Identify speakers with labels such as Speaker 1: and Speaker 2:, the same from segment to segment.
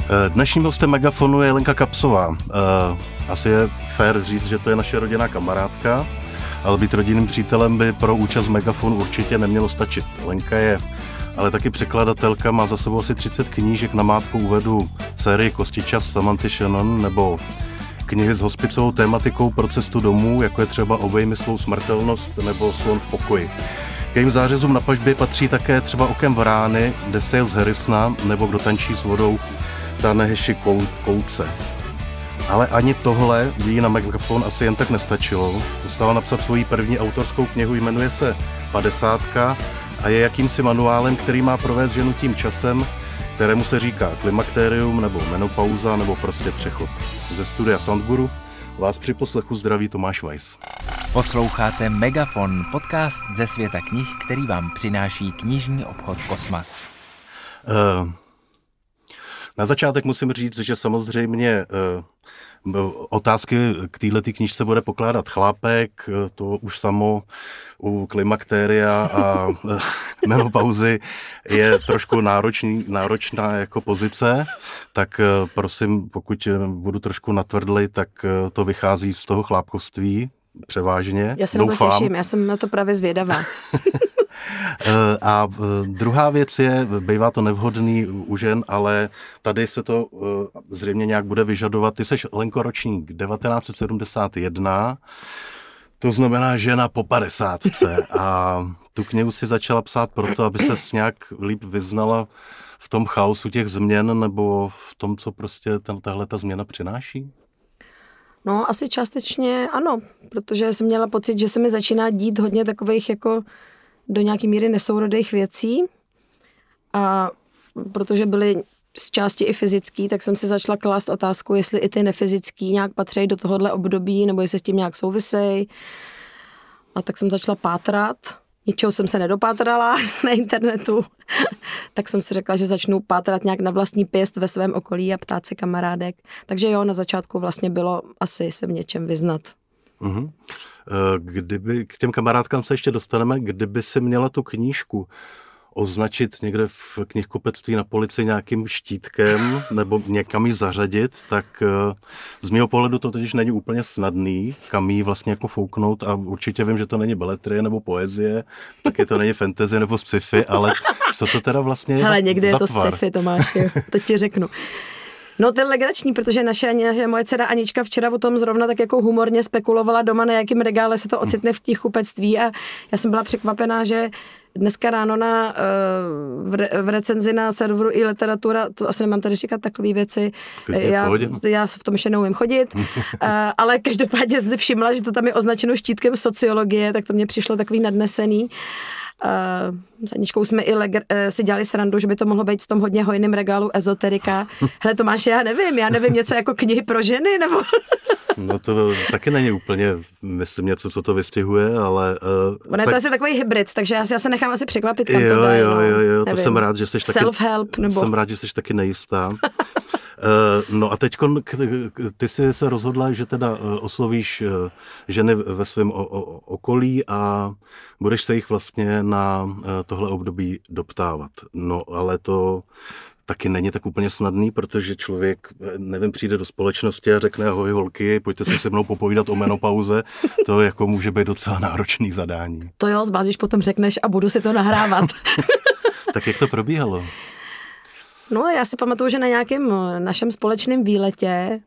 Speaker 1: Dnešním hostem Megafonu je Lenka Kapsová. Asi je fér říct, že to je naše rodinná kamarádka, ale být rodinným přítelem by pro účast Megafonu určitě nemělo stačit. Lenka je ale taky překladatelka, má za sebou asi 30 knížek, namátkou uvedu sérii Kostičas Samanty Shannon nebo knihy s hospicovou tématikou pro cestu domů, jako je třeba Obejmi svou smrtelnost nebo Slon v pokoji. K jejím zářezům na pažbě patří také třeba Okem v rány, The Sales Harrisona nebo Kdo tančí s vodou Taneheshi Koutse. Ale ani tohle jí na Megafon asi jen tak nestačilo. Musela napsat svoji první autorskou knihu, jmenuje se 50 a je jakýmsi manuálem, který má provést ženu tím časem, kterému se říká klimakterium nebo menopauza nebo prostě přechod. Ze studia Soundguru vás při poslechu zdraví Tomáš Weiss.
Speaker 2: Posloucháte Megafon, podcast ze světa knih, který vám přináší knižní obchod Kosmas.
Speaker 1: Na začátek musím říct, že samozřejmě otázky k této knížce bude pokládat chlápek, to už samo u klimakteria a menopauzy je trošku náročná jako pozice, tak prosím, pokud budu trošku natvrdlej, tak to vychází z toho chlápkovství převážně.
Speaker 3: Já se na to těším, já jsem na to právě zvědavá.
Speaker 1: A druhá věc je, bývá to nevhodný u žen, ale tady se to zřejmě nějak bude vyžadovat. Ty seš, Lenko, ročník 1971, to znamená žena po 50. A tu knihu si začala psát proto, aby ses nějak líp vyznala v tom chaosu těch změn nebo v tom, co prostě tahle ta změna přináší?
Speaker 3: No, asi částečně ano, protože jsem měla pocit, že se mi začíná dít hodně takových jako do nějaký míry nesourodých věcí a protože byly z části i fyzický, tak jsem si začala klást otázku, jestli i ty nefyzický nějak patří do tohohle období, nebo jestli s tím nějak souvisej. A tak jsem začala pátrat. Ničeho jsem se nedopátrala na internetu. Tak jsem si řekla, že začnu pátrat nějak na vlastní pěst ve svém okolí a ptát se kamarádek. Takže jo, na začátku vlastně bylo asi se v něčem vyznat.
Speaker 1: Mm-hmm. Kdyby, k těm kamarádkám se ještě dostaneme, kdyby si měla tu knížku označit někde v knihkupectví na polici nějakým štítkem nebo někam ji zařadit, tak z mého pohledu to totiž není úplně snadný, kam ji vlastně jako fouknout a určitě vím, že to není beletrie nebo poezie, taky to není fantasy nebo sci-fi, ale co to teda vlastně je?
Speaker 3: Hele, někde je to
Speaker 1: tvar?
Speaker 3: sci-fi, Tomáši, to ti řeknu. No, to je legrační, protože moje dcera Anička včera o tom zrovna tak jako humorně spekulovala doma, na jakém regále se to ocitne v knihkupectví a já jsem byla překvapená, že dneska ráno v recenzi na serveru i literatura, to asi nemám tady říkat takové věci, já v tom ještě neumím chodit, ale každopádně si všimla, že to tam je označeno štítkem sociologie, tak to mně přišlo takový nadnesený. S Aničkou jsme i si dělali srandu, že by to mohlo být v tom hodně hojném regálu ezoterika. Hele Tomáše, já nevím, něco jako knihy pro ženy, nebo...
Speaker 1: No to taky není úplně, myslím, něco, co to vystihuje, ale...
Speaker 3: Ono je to asi takový hybrid, takže já se nechám asi překvapit, kam
Speaker 1: jo,
Speaker 3: to dají.
Speaker 1: Jo, to jsem rád, že jsi taky...
Speaker 3: Self-help, nebo...
Speaker 1: Jsem rád, že jsi taky nejistá. No a teď ty jsi se rozhodla, že teda oslovíš ženy ve svém okolí a budeš se jich vlastně na tohle období doptávat. No ale to taky není tak úplně snadný, protože člověk, nevím, přijde do společnosti a řekne ahoj holky, pojďte si se mnou popovídat o menopauze. To jako může být docela náročný zadání.
Speaker 3: To jo, zvlášť, když potom řekneš a budu si to nahrávat.
Speaker 1: Tak jak to probíhalo?
Speaker 3: No, já si pamatuju, že na nějakém našem společném výletě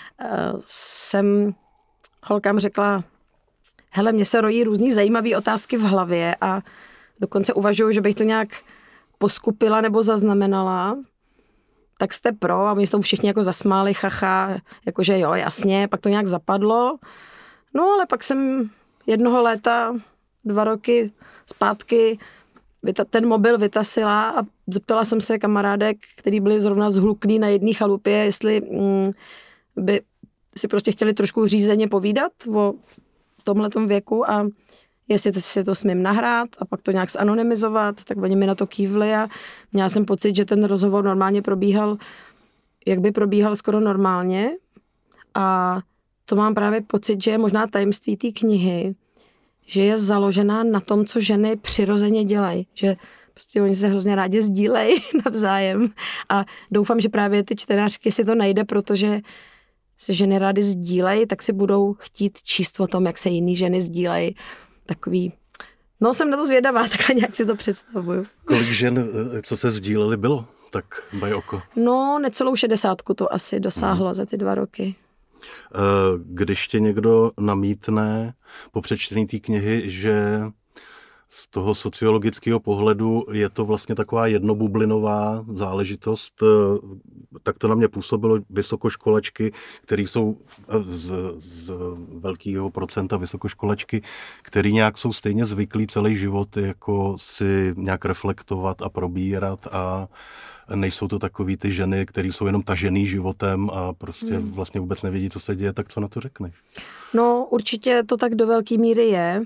Speaker 3: jsem holkám řekla, hele, mně se rojí různý zajímavé otázky v hlavě a dokonce uvažuju, že bych to nějak poskupila nebo zaznamenala, tak jste pro a oni se tomu všichni jako zasmáli, chacha, jakože jo, jasně, pak to nějak zapadlo. No, ale pak jsem jednoho léta, 2 roky zpátky ten mobil vytasila a zeptala jsem se kamarádek, který byli zrovna zhluklí na jedné chalupě, jestli by si prostě chtěli trošku řízeně povídat o tomhletom věku a jestli si to smím nahrát a pak to nějak zanonymizovat, tak oni mi na to kývli a měla jsem pocit, že ten rozhovor normálně probíhal, jak by probíhal skoro normálně a to mám právě pocit, že je možná tajemství té knihy, že je založená na tom, co ženy přirozeně dělají. Že Prostě oni se hrozně rádi sdílejí navzájem a doufám, že právě ty čtenářky si to najde, protože se ženy rády sdílejí, tak si budou chtít číst o tom, jak se jiný ženy sdílejí. Takový, no jsem na to zvědavá, takhle nějak si to představuju.
Speaker 1: Kolik žen, co se sdíleli, bylo? Tak baj oko.
Speaker 3: No, necelou 60 to asi dosáhlo za ty 2 roky.
Speaker 1: Když tě někdo namítne po přečtení té knihy, že z toho sociologického pohledu je to vlastně taková jednobublinová záležitost, tak to na mě působilo vysokoškolačky, které jsou z velkého procenta vysokoškolačky, který nějak jsou stejně zvyklí celý život jako si nějak reflektovat a probírat a nejsou to takový ty ženy, které jsou jenom tažený životem a prostě vlastně vůbec nevědí, co se děje, tak co na to řekneš?
Speaker 3: No, určitě to tak do velké míry je.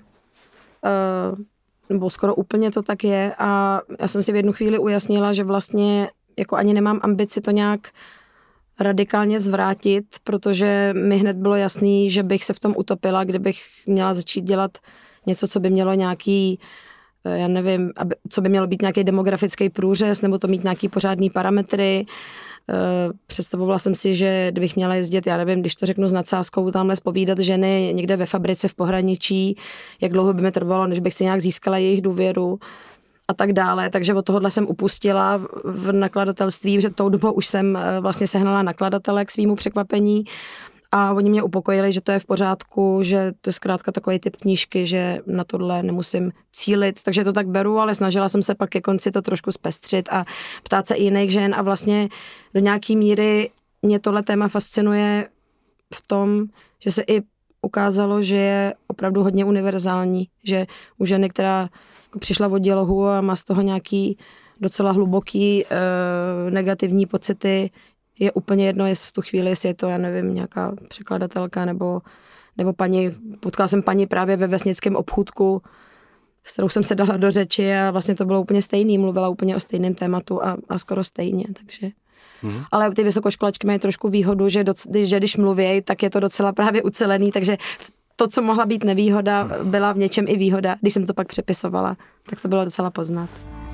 Speaker 3: Nebo skoro úplně to tak je a já jsem si v jednu chvíli ujasnila, že vlastně jako ani nemám ambici to nějak radikálně zvrátit, protože mi hned bylo jasný, že bych se v tom utopila, kdybych měla začít dělat něco, co by mělo nějaký, já nevím, co by mělo být nějaký demografický průřez, nebo to mít nějaký pořádný parametry. Představovala jsem si, že kdybych měla jezdit, já nevím, když to řeknu s nadsázkou, tamhle zpovídat ženy někde ve fabrice v pohraničí, jak dlouho by mi trvalo, než bych si nějak získala jejich důvěru a tak dále. Takže od tohohle jsem upustila v nakladatelství, že tou dobou už jsem vlastně sehnala nakladatele k svýmu překvapení a oni mě upokojili, že to je v pořádku, že to je zkrátka takový typ knížky, že na tohle nemusím cílit, takže to tak beru, ale snažila jsem se pak ke konci to trošku zpestřit a ptát se i jiných žen a vlastně do nějaký míry mě tohle téma fascinuje v tom, že se i ukázalo, že je opravdu hodně univerzální, že u ženy, která přišla od dělohu a má z toho nějaký docela hluboký negativní pocity, je úplně jedno, jestli v tu chvíli, jestli je to, já nevím, nějaká překladatelka nebo paní, potkala jsem paní právě ve vesnickém obchůdku, s kterou jsem se dala do řeči a vlastně to bylo úplně stejný, mluvila úplně o stejném tématu a skoro stejně, takže. Ale ty vysokoškolačky mají trošku výhodu, že když mluví, tak je to docela právě ucelený, takže to, co mohla být nevýhoda, byla v něčem i výhoda, když jsem to pak přepisovala, tak to bylo docela poznat.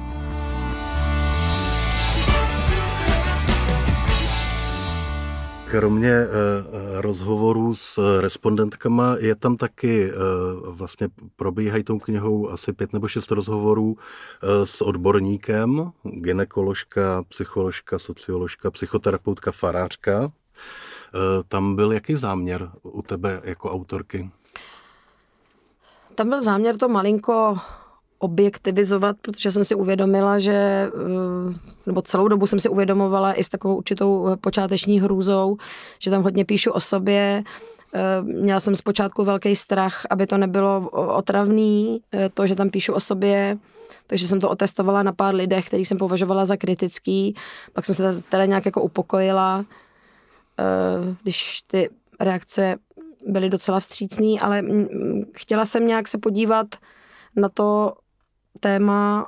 Speaker 1: Kromě rozhovorů s respondentkama je tam taky, vlastně probíhají tou knihou asi 5 nebo 6 rozhovorů s odborníkem, gynekoložka, psycholožka, socioložka, psychoterapeutka, farářka. Tam byl jaký záměr u tebe jako autorky?
Speaker 3: Tam byl záměr to malinko objektivizovat, protože jsem si uvědomila, že, nebo celou dobu jsem si uvědomovala i s takovou určitou počáteční hrůzou, že tam hodně píšu o sobě. Měla jsem zpočátku velký strach, aby to nebylo otravný, to, že tam píšu o sobě, takže jsem to otestovala na pár lidech, který jsem považovala za kritický. Pak jsem se teda nějak jako upokojila, když ty reakce byly docela vstřícný, ale chtěla jsem nějak se podívat na to téma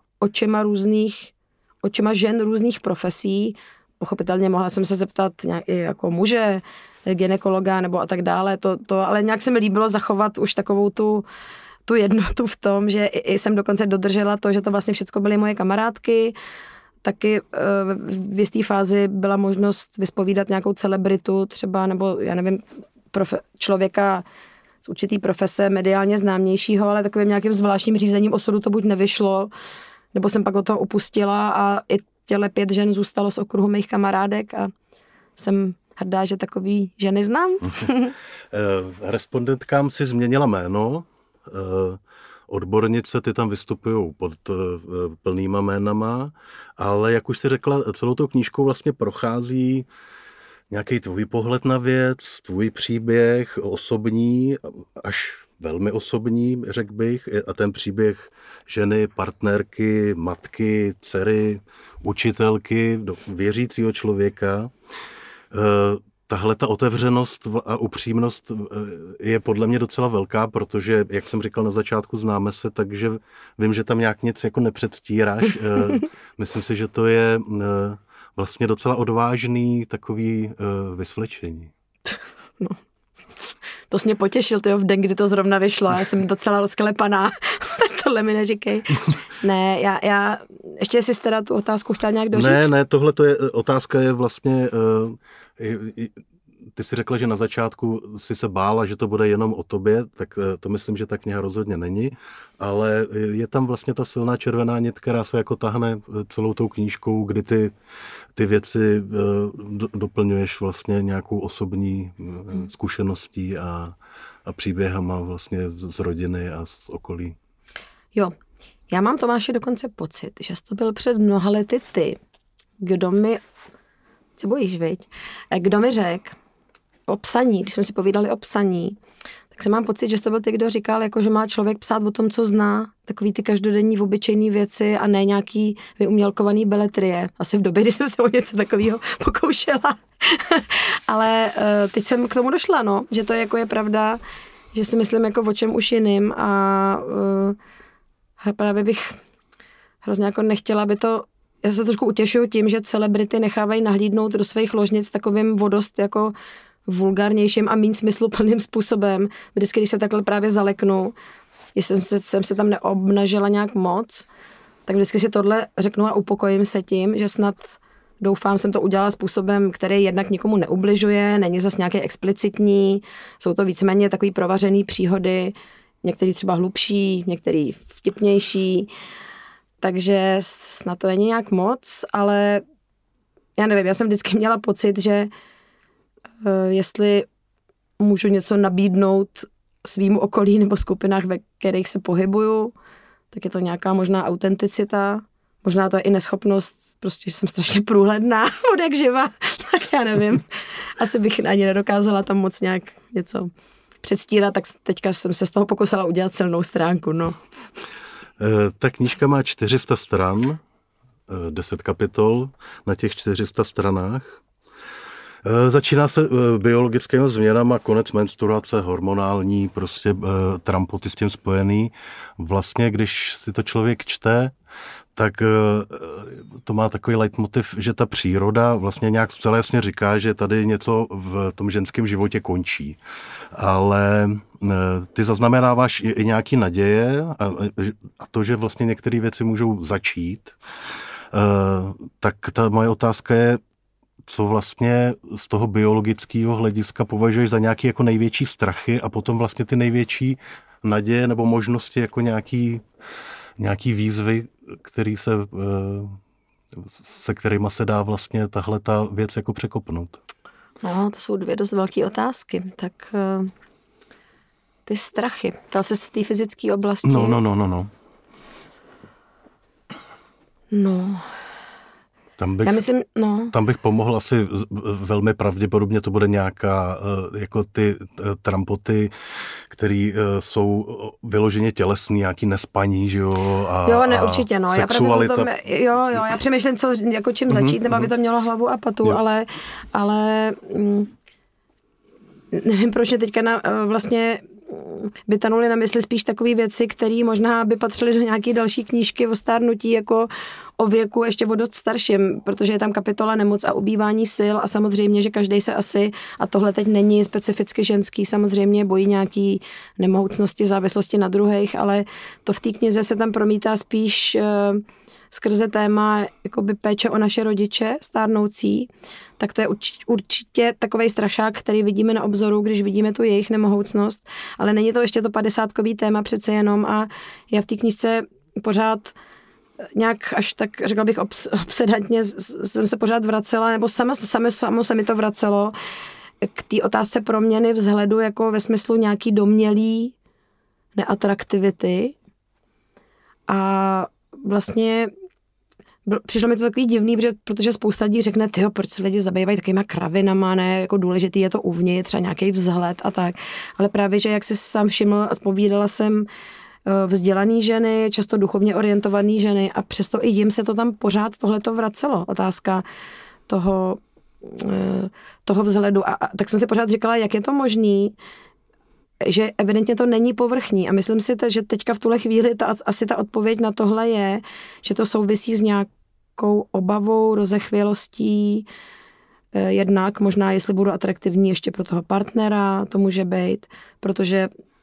Speaker 3: očima žen různých profesí. Pochopitelně mohla jsem se zeptat i jako muže, gynekologa nebo a tak dále, ale nějak se mi líbilo zachovat už takovou tu jednotu v tom, že i jsem dokonce dodržela to, že to vlastně všechno byly moje kamarádky. Taky v jisté fázi byla možnost vyspovídat nějakou celebritu třeba, nebo já nevím, člověka z určitý profese mediálně známějšího, ale takovým nějakým zvláštním řízením osudu to buď nevyšlo, nebo jsem pak od toho upustila a i těle 5 žen zůstalo z okruhu mých kamarádek a jsem hrdá, že takový ženy znám.
Speaker 1: Respondentkám si změnila jméno, odbornice ty tam vystupují pod plnýma jménama, ale jak už si řekla, celou tou knížkou vlastně prochází nějaký tvůj pohled na věc, tvůj příběh, osobní, až velmi osobní, řekl bych, a ten příběh ženy, partnerky, matky, dcery, učitelky, věřícího člověka. Tahle ta otevřenost a upřímnost je podle mě docela velká, protože, jak jsem říkal na začátku, známe se, takže vím, že tam nějak nic jako nepředstíráš. Myslím si, že to je vlastně docela odvážný takový vysvlečení.
Speaker 3: No. To jsi mě potěšil, tyjo, v den, kdy to zrovna vyšlo. Já jsem docela rozklepaná. tohle mi neříkej. Ne, já ještě jsi teda tu otázku chtěl nějak doříct?
Speaker 1: Ne, tohle otázka je vlastně, ty jsi řekla, že na začátku si se bála, že to bude jenom o tobě, tak to myslím, že ta kniha rozhodně není, ale je tam vlastně ta silná červená nit, která se jako tahne celou tou knížkou, kdy ty věci doplňuješ vlastně nějakou osobní zkušeností a příběhama vlastně z rodiny a z okolí.
Speaker 3: Jo, já mám, Tomáši, dokonce pocit, že jsi to byl před mnoha lety ty, kdo mi, se bojíš, viď? Kdo mi řekl o psaní, když jsme si povídali o psaní, tak jsem mám pocit, že jsi to byl ty, kdo říkal, jako, že má člověk psát o tom, co zná, takový ty každodenní obyčejné věci a ne nějaký vyumělkovaný beletrie. Asi v době, kdy jsem se o něco takového pokoušela. Ale teď jsem k tomu došla, no, že to jako je pravda, že si myslím jako o čem už jiným a právě bych hrozně jako nechtěla, aby to, já se trošku utěšuju tím, že celebrity nechávají nahlídnout do svých ložnic takovým vodost jako vulgárnějším a méně smysluplným způsobem. Vždycky, když se takhle právě zaleknu, jestli jsem se tam neobnažila nějak moc, tak vždycky si tohle řeknu a upokojím se tím, že snad doufám, jsem to udělala způsobem, který jednak nikomu neubližuje, není zas nějaký explicitní, jsou to víceméně takový provařený příhody, některý třeba hlubší, některý vtipnější, takže snad to není nějak moc, ale já nevím, já jsem vždycky měla pocit, že jestli můžu něco nabídnout svýmu okolí nebo skupinách, ve kterých se pohybuju, tak je to nějaká možná autenticita, možná to je i neschopnost, prostě, že jsem strašně průhledná od jak živa, tak já nevím. Asi bych ani nedokázala tam moc nějak něco předstírat, tak teďka jsem se z toho pokusila udělat silnou stránku, no.
Speaker 1: Ta knížka má 400 stran, 10 kapitol na těch 400 stranách. Začíná se biologickými změnami, konec menstruace, hormonální, prostě trampoty s tím spojený. Vlastně, když si to člověk čte, tak to má takový leitmotiv, že ta příroda vlastně nějak zcela jasně říká, že tady něco v tom ženském životě končí. Ale ty zaznamenáváš i nějaký naděje a to, že vlastně některé věci můžou začít, tak ta moje otázka je, co vlastně z toho biologického hlediska považuješ za nějaké jako největší strachy a potom vlastně ty největší naděje nebo možnosti jako nějaký výzvy, se kterýma se dá vlastně tahle ta věc jako překopnout.
Speaker 3: No, to jsou dvě dost velké otázky. Tak ty strachy. Ptal ses v té fyzické oblasti?
Speaker 1: No.
Speaker 3: No.
Speaker 1: Tam bych pomohl asi velmi pravděpodobně, to bude nějaká, jako ty trampoty, které jsou vyloženě tělesný, nějaký nespaní, že jo?
Speaker 3: Určitě, no.
Speaker 1: Sexualita.
Speaker 3: Já přemýšlím, čím začít, nebo aby to mělo hlavu a patu, ale nevím, proč je teďka vlastně by tanuly na mysli spíš takové věci, které možná by patřily do nějaké další knížky o stárnutí, jako o věku ještě o dost starším, protože je tam kapitola nemoc a ubývání sil a samozřejmě, že každý se asi, a tohle teď není specificky ženský, samozřejmě bojí nějaký nemohoucnosti, závislosti na druhých, ale to v té knize se tam promítá spíš skrze téma jakoby péče o naše rodiče stárnoucí, tak to je určitě takovej strašák, který vidíme na obzoru, když vidíme tu jejich nemohoucnost, ale není to ještě to 50kový téma přece jenom a já v té knížce pořád nějak až tak, řekla bych, obsedantně jsem se pořád vracela, nebo samo se mi to vracelo k té otázce proměny vzhledu jako ve smyslu nějaký domnělý neatraktivity a vlastně přišlo mi to takový divný, protože spousta lidí řekne, tyjo, proč se lidi zabývají takovýma kravinama, ne, jako důležitý je to uvnitř, třeba nějaký vzhled a tak. Ale právě, že jak jsi sám všiml a zpovídala jsem vzdělaný ženy, často duchovně orientovaný ženy a přesto i jim se to tam pořád tohleto vracelo. Otázka toho vzhledu. A tak jsem si pořád říkala, jak je to možný, že evidentně to není povrchní. A myslím si, že teďka v tuhle chvíli asi ta odpověď na tohle je, že to souvisí s nějakou obavou, rozechvělostí, jednak možná, jestli budu atraktivní ještě pro toho partnera, to může být, protože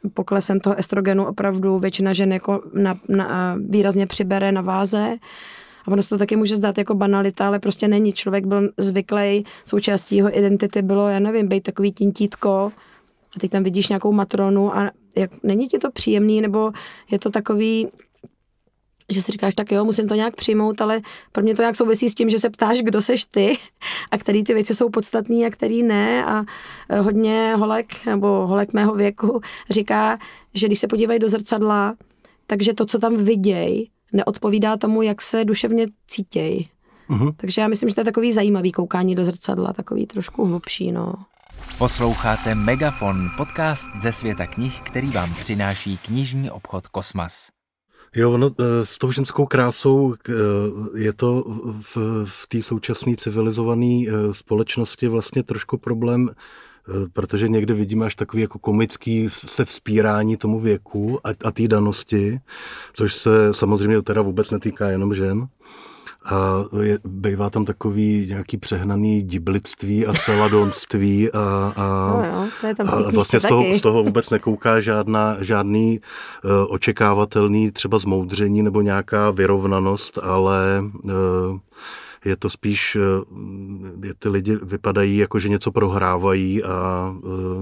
Speaker 3: poklesem toho estrogenu opravdu většina žen jako výrazně přibere na váze. A ono se to taky může zdát jako banalita, ale prostě není. Člověk byl zvyklý, součástí jeho identity bylo, já nevím, být takový tintítko a teď tam vidíš nějakou matronu a není ti to příjemný, nebo je to takový, že si říkáš, tak jo, musím to nějak přijmout, ale pro mě to nějak souvisí s tím, že se ptáš, kdo seš ty a který ty věci jsou podstatný a který ne a hodně holek mého věku říká, že když se podívají do zrcadla, takže to, co tam viděj, neodpovídá tomu, jak se duševně cítěj. Takže já myslím, že to je takový zajímavý koukání do zrcadla, takový trošku hlubší, no.
Speaker 2: Posloucháte Megafon, podcast ze světa knih, který vám přináší knižní obchod Kosmas.
Speaker 1: Jo, no, s tou ženskou krásou je to v té současné civilizované společnosti vlastně trošku problém, protože někde vidíme až takový jako komický se vzpírání tomu věku a té danosti, což se samozřejmě teda vůbec netýká jenom žen. A bývá tam takový nějaký přehnaný diblictví a seladonství a vlastně z toho vůbec nekouká žádný očekávatelný třeba zmoudření nebo nějaká vyrovnanost, ale je to spíš, ty lidi vypadají jako, že něco prohrávají a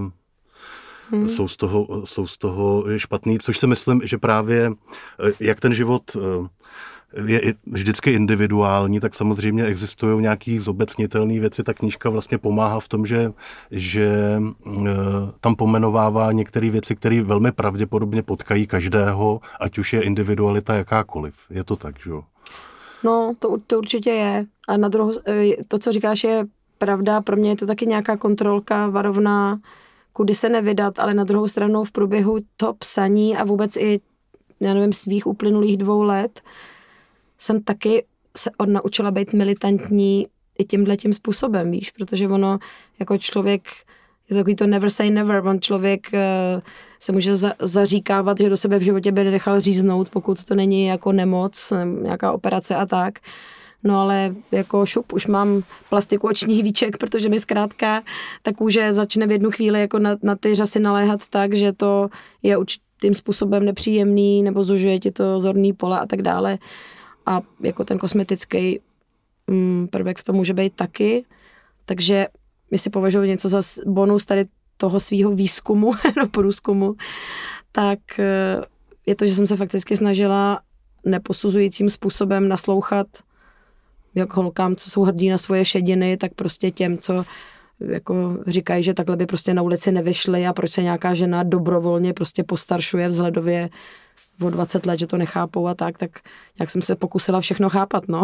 Speaker 1: jsou z toho špatný, což si myslím, že právě jak ten život je vždycky individuální, tak samozřejmě existují nějaký zobecnitelné věci. Ta knížka vlastně pomáhá v tom, že tam pomenovává některé věci, které velmi pravděpodobně potkají každého, ať už je individualita jakákoliv. Je to tak, že jo?
Speaker 3: No, to určitě je. A na druhou, to, co říkáš, je pravda. Pro mě je to taky nějaká kontrolka varovná, kudy se nevydat, ale na druhou stranu v průběhu toho psaní a vůbec i, já nevím, svých uplynulých 2 let jsem taky se odnaučila být militantní i tímhletím způsobem, víš, protože ono jako člověk, je takový to never say never, on člověk se může zaříkávat, že do sebe v životě by nechal říznout, pokud to není jako nemoc, nějaká operace a tak. No ale jako šup, už mám plastiku očních víček, protože mi zkrátka ta kůže začne v jednu chvíli jako na ty řasy naléhat tak, že to je určitým způsobem nepříjemný, nebo zužuje ti to zorný pole a tak dále. A jako ten kosmetický prvek v tom může být taky. Takže my si považuji něco za bonus tady toho svýho výzkumu, no průzkumu, tak je to, že jsem se fakticky snažila neposuzujícím způsobem naslouchat jak holkám, co jsou hrdí na svoje šediny, tak prostě těm, co jako říkají, že takhle by prostě na ulici nevyšly a proč se nějaká žena dobrovolně prostě postaršuje vzhledově o 20 let, že to nechápou a tak jak jsem se pokusila všechno chápat, no.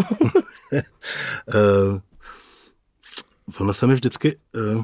Speaker 1: Ono se mi vždycky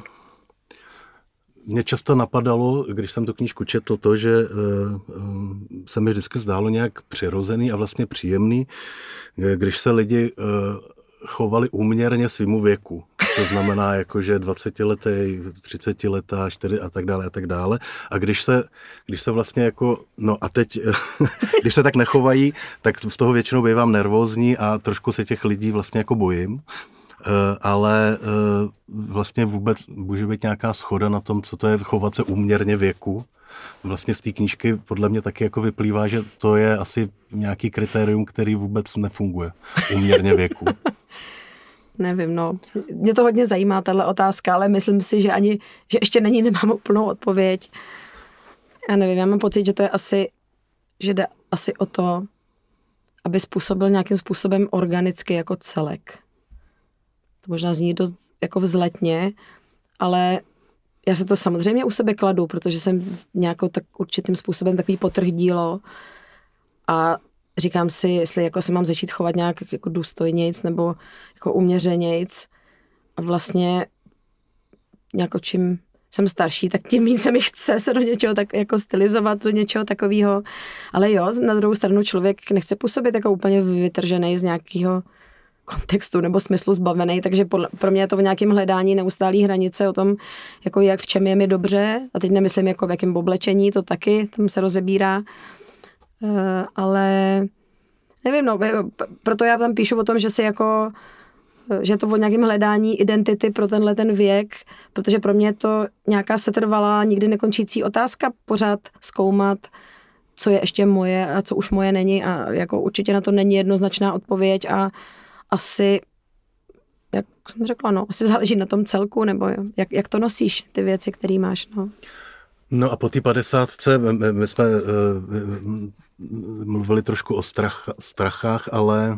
Speaker 1: mě často napadalo, když jsem tu knížku četl, to, že se mi vždycky zdálo nějak přirozený a vlastně příjemný, když se lidi chovali úměrně svýmu věku. To znamená, jako, že 20letý, 30letá, 4 a tak dále. A když se vlastně jako, no a teď, když se tak nechovají, tak z toho většinou bývám nervózní a trošku se těch lidí vlastně jako bojím. Ale vlastně vůbec může být nějaká shoda na tom, co to je chovat se úměrně věku. Vlastně z té knížky podle mě taky jako vyplývá, že to je asi nějaký kritérium, který vůbec nefunguje úměrně věku.
Speaker 3: Nevím, no. Mě to hodně zajímá, tahle otázka, ale myslím si, že ještě nemám úplnou odpověď. Já nevím, já mám pocit, že to je že jde asi o to, aby způsobil nějakým způsobem organicky jako celek. To možná zní dost jako vzletně, ale já se to samozřejmě u sebe kladu, protože jsem nějakou tak určitým způsobem takový potrh dílo a říkám si, jestli jako se mám začít chovat nějak jako důstojnějc nebo jako uměřenějc a vlastně nějak čím jsem starší, tak tím víc se mi chce se do něčeho tak jako stylizovat, do něčeho takového. Ale jo, na druhou stranu člověk nechce působit jako úplně vytržený z nějakého kontextu nebo smyslu zbavený, takže pro mě je to v nějakém hledání neustálý hranice o tom, jako jak v čem je mi dobře, a teď nemyslím jako v jakém oblečení, to taky, tam se rozebírá, ale nevím, no, proto já tam píšu o tom, že si jako že je to o nějakém hledání identity pro tenhle ten věk, protože pro mě je to nějaká setrvalá, nikdy nekončící otázka, pořád zkoumat, co je ještě moje a co už moje není a jako určitě na to není jednoznačná odpověď a asi, jak jsem řekla, no, asi záleží na tom celku, nebo jak to nosíš, ty věci, které máš, no.
Speaker 1: No a po té 50. my jsme mluvili trošku o strachách, ale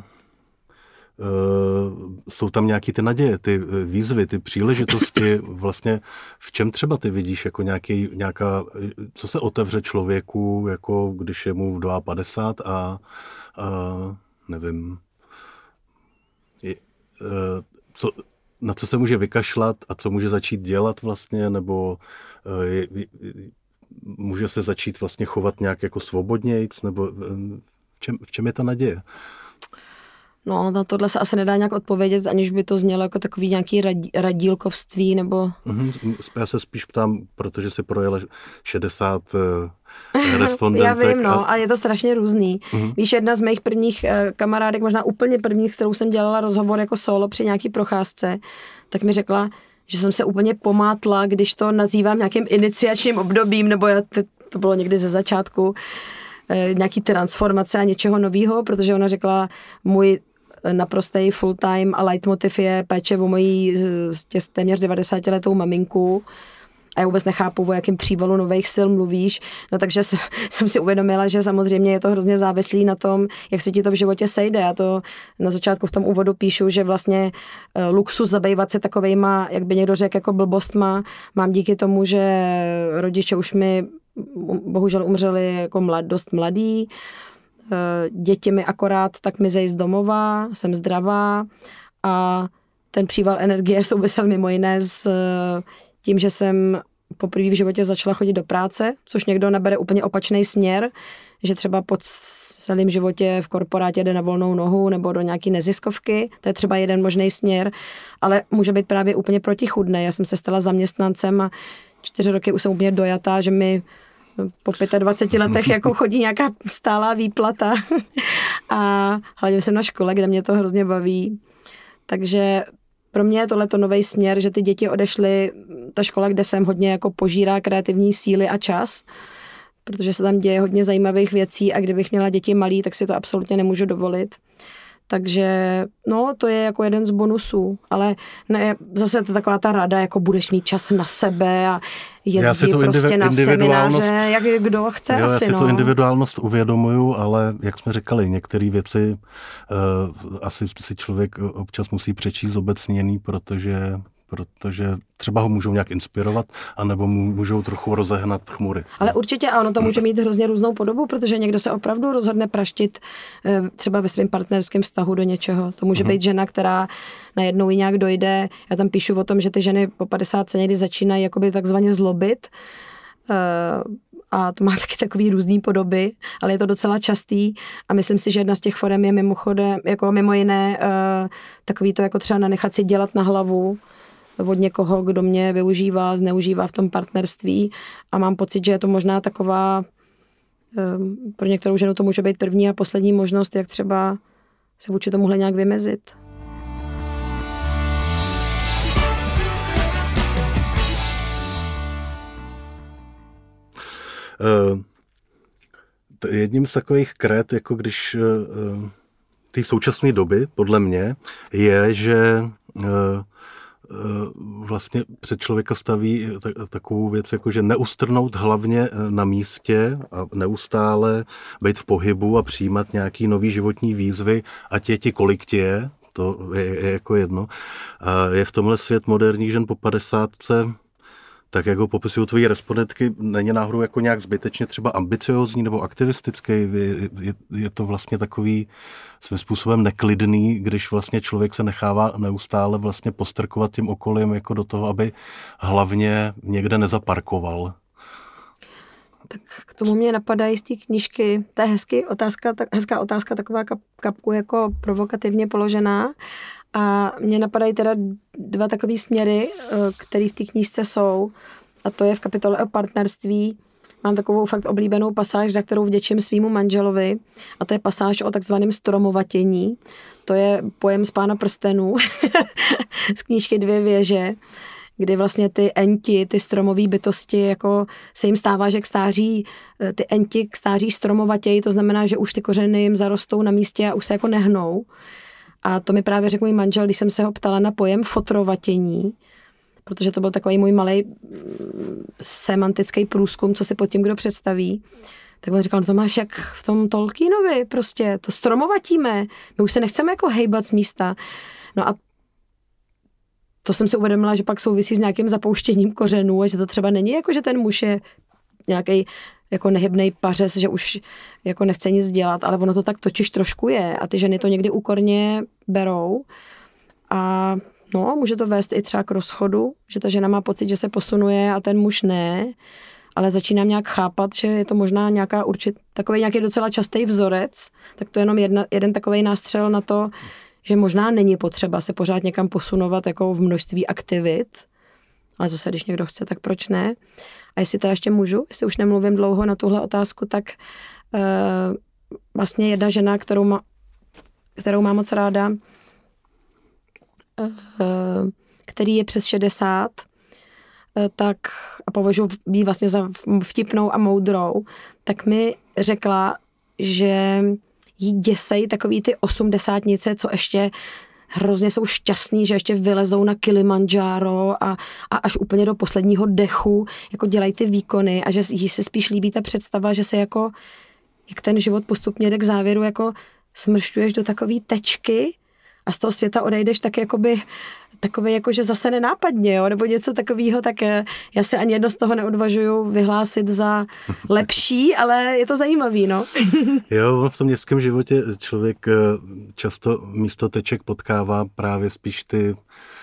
Speaker 1: jsou tam nějaký ty naděje, ty výzvy, ty příležitosti, vlastně v čem třeba ty vidíš jako nějaká, co se otevře člověku, jako když je mu 52 a nevím, na co se může vykašlat a co může začít dělat vlastně, nebo může se začít vlastně chovat nějak jako svobodnějc, nebo v čem je ta naděje?
Speaker 3: No, na tohle se asi nedá nějak odpovědět, aniž by to znělo jako takový nějaký radílkovství, nebo...
Speaker 1: Já se spíš ptám, protože si projela 60 respondentek.
Speaker 3: Já vím, no, a je to strašně různý. Víš, jedna z mých prvních kamarádek, možná úplně prvních, s kterou jsem dělala rozhovor jako solo při nějaký procházce, tak mi řekla, že jsem se úplně pomátla, když to nazývám nějakým iniciačním obdobím, nebo to bylo někdy ze začátku, nějaký transformace a něčeho novýho, protože ona řekla, můj naprostý full time a leitmotiv je péče o mojí téměř 90letou maminku a já vůbec nechápu, o jakém přívalu nových sil mluvíš. No takže jsem si uvědomila, že samozřejmě je to hrozně závislý na tom, jak se ti to v životě sejde. Já to na začátku v tom úvodu píšu, že vlastně luxus zabývat se takovejma, jak by někdo řekl, jako blbostma, mám díky tomu, že rodiče už mi bohužel umřeli jako dost mladý. Děti mi akorát tak mizejí z domova, jsem zdravá a ten příval energie souvisel mimo jiné s tím, že jsem poprvé v životě začala chodit do práce, což někdo nabere úplně opačný směr, že třeba po celém životě v korporátě jde na volnou nohu nebo do nějaký neziskovky, to je třeba jeden možný směr, ale může být právě úplně protichůdný. Já jsem se stala zaměstnancem a 4 roky už jsem úplně dojatá, že mi po 25 letech jako chodí nějaká stálá výplata a hlavně jsem na škole, kde mě to hrozně baví. Takže pro mě je tohleto nový směr, že ty děti odešly, ta škola, kde jsem hodně jako požírá kreativní síly a čas, protože se tam děje hodně zajímavých věcí a kdybych měla děti malý, tak si to absolutně nemůžu dovolit. Takže no, to je jako jeden z bonusů, ale ne, zase to taková ta rada, jako budeš mít čas na sebe a jezdí prostě na semináře, jak kdo chce
Speaker 1: jo,
Speaker 3: asi.
Speaker 1: Já si tu individuálnost uvědomuju, ale jak jsme říkali, některé věci asi si člověk občas musí přečíst zobecněný, protože třeba ho můžou nějak inspirovat, anebo můžou trochu rozehnat chmury.
Speaker 3: Ale určitě ono to může mít hrozně různou podobu, protože někdo se opravdu rozhodne praštit třeba ve svém partnerském vztahu do něčeho. To může být žena, která najednou jí nějak dojde. Já tam píšu o tom, že ty ženy po 50 někdy začínají jakoby takzvaně zlobit. A to má taky takový různý podoby, ale je to docela častý a myslím si, že jedna z těch forem je mimochodem, jako mimo jiné, takový to jako třeba nenechat si dělat na hlavu od někoho, kdo mě využívá, zneužívá v tom partnerství a mám pocit, že je to možná taková, pro některou ženu to může být první a poslední možnost, jak třeba se vůči tomuhle nějak vymezit.
Speaker 1: Jedním z takových kret, jako když té současné doby, podle mě, je, že vlastně před člověka staví takovou věc, jako že neustrnout hlavně na místě a neustále být v pohybu a přijímat nějaký nový životní výzvy, ať je ti kolik ti je, to je jako jedno. A je v tomhle svět moderních žen po 50, tak jak ho popisují tvojí respondentky, není náhodou jako nějak zbytečně třeba ambiciózní nebo aktivistický. Je to vlastně takový svým způsobem neklidný, když vlastně člověk se nechává neustále vlastně postrkovat tím okolím jako do toho, aby hlavně někde nezaparkoval.
Speaker 3: Tak k tomu mě napadají z té knížky, to je hezká otázka, taková kapku jako provokativně položená. A mně napadají teda 2 takový směry, které v té knížce jsou. A to je v kapitole o partnerství, mám takovou fakt oblíbenou pasáž, za kterou vděčím svýmu manželovi, a to je pasáž o takzvaném stromovatění. To je pojem z Pána prstenů, z knížky 2 věže, kdy vlastně ty enti, ty stromové bytosti, jako se jim stává, že ty enti stáří stromovatěji, to znamená, že už ty kořeny jim zarostou na místě a už se jako nehnou. A to mi právě řekl můj manžel, když jsem se ho ptala na pojem fotrovatění, protože to byl takový můj malej semantický průzkum, co si pod tím kdo představí. Tak on říkal, no to máš jak v tom Tolkienovi, prostě to stromovatíme, my už se nechceme jako hejbat z místa. No a to jsem si uvědomila, že pak souvisí s nějakým zapouštěním kořenů a že to třeba není jako, že ten muž je nějaký jako nehybnej pařez, že už jako nechce nic dělat, ale ono to tak totiž trošku je a ty ženy to někdy úkorně berou a no, může to vést i třeba k rozchodu, že ta žena má pocit, že se posunuje a ten muž ne, ale začínám nějak chápat, že je to možná takový nějaký docela častý vzorec, tak to je jenom jeden takovej nástřel na to, že možná není potřeba se pořád někam posunovat jako v množství aktivit, ale zase, když někdo chce, tak proč ne? A jestli teda ještě můžu, jestli už nemluvím dlouho na tuhle otázku, tak vlastně jedna žena, kterou mám moc ráda, který je přes 60, tak a považuji ji vlastně za vtipnou a moudrou, tak mi řekla, že jí děsej takový ty 80nice, co ještě hrozně jsou šťastný, že ještě vylezou na Kilimandžáro a až úplně do posledního dechu jako dělají ty výkony a že jí se spíš líbí ta představa, že se jako, jak ten život postupně jde k závěru, jako smršťuješ do takové tečky a z toho světa odejdeš tak jakoby takové jako, že zase nenápadně, jo, nebo něco takového, tak já se ani jedno z toho neodvažuju vyhlásit za lepší, ale je to zajímavý, no.
Speaker 1: Jo, v tom městském životě člověk často místo teček potkává právě spíš ty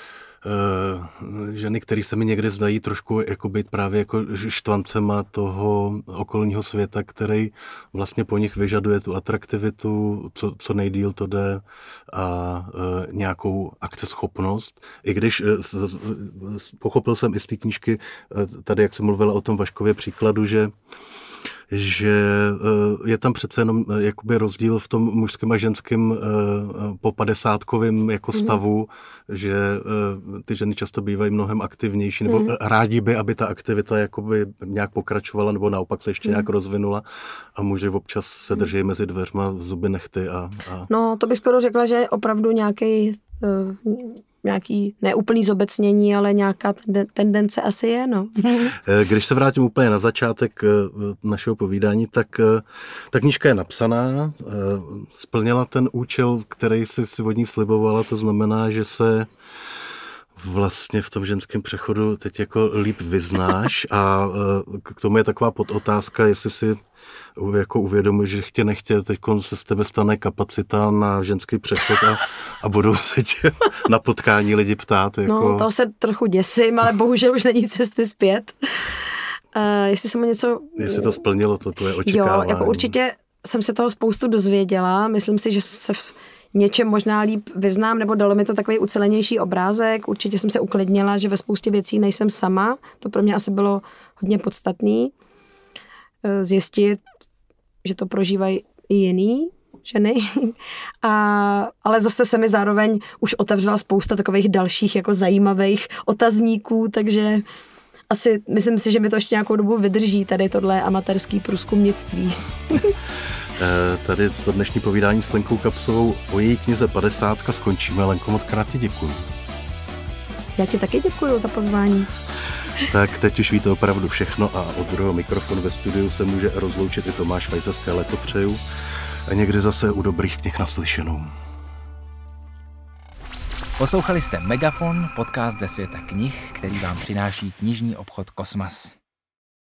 Speaker 1: ženy, které se mi někde zdají trošku jako být právě jako štvancema toho okolního světa, který vlastně po nich vyžaduje tu atraktivitu, co nejdýl to jde a nějakou akceschopnost. I když pochopil jsem i z té knížky, tady jak jsem mluvila o tom Vaškově příkladu, že je tam přece jenom jakoby rozdíl v tom mužském a ženském po 50kovém jako stavu, že ty ženy často bývají mnohem aktivnější, nebo rádi by, aby ta aktivita jakoby nějak pokračovala, nebo naopak se ještě nějak rozvinula a muži občas se drží mezi dveřma, zuby nechty a...
Speaker 3: No, to bych skoro řekla, že je opravdu nějaký neúplný zobecnění, ale nějaká tendence asi je, no.
Speaker 1: Když se vrátím úplně na začátek našeho povídání, tak ta knížka je napsaná, splnila ten účel, který si od ní slibovala, to znamená, že se vlastně v tom ženském přechodu teď jako líp vyznáš a k tomu je taková podotázka, jestli si jako uvědomuješ, že chtě nechtě teď se z tebe stane kapacita na ženský přechod a budou se tě na potkání lidi ptát. Jako...
Speaker 3: No, toho se trochu děsím, ale bohužel už není cesty zpět.
Speaker 1: Jestli to splnilo to tvoje očekávání.
Speaker 3: Jo, jako určitě jsem se toho spoustu dozvěděla. Myslím si, že se v něčem možná líp vyznám, nebo dalo mi to takový ucelenější obrázek. Určitě jsem se uklidnila, že ve spoustě věcí nejsem sama. To pro mě asi bylo hodně podstatný. Zjistit, že to prožívají i jiný ženy. Ale zase se mi zároveň už otevřela spousta takových dalších jako zajímavých otazníků, takže asi myslím si, že mi to ještě nějakou dobu vydrží, tady tohle amatérský průzkumnictví.
Speaker 1: Tady to dnešní povídání s Lenkou Kapsovou o její knize 50 skončíme. Lenko, moc krát ti děkuju.
Speaker 3: Já ti taky děkuju za pozvání.
Speaker 1: Tak teď už víte opravdu všechno a od druhého mikrofonu ve studiu se může rozloučit i Tomáš Vajza, skvělé to přeju. A někdy zase u dobrých knih naslyšenou.
Speaker 2: Poslouchali jste Megafon, podcast ze světa knih, který vám přináší knižní obchod Kosmas.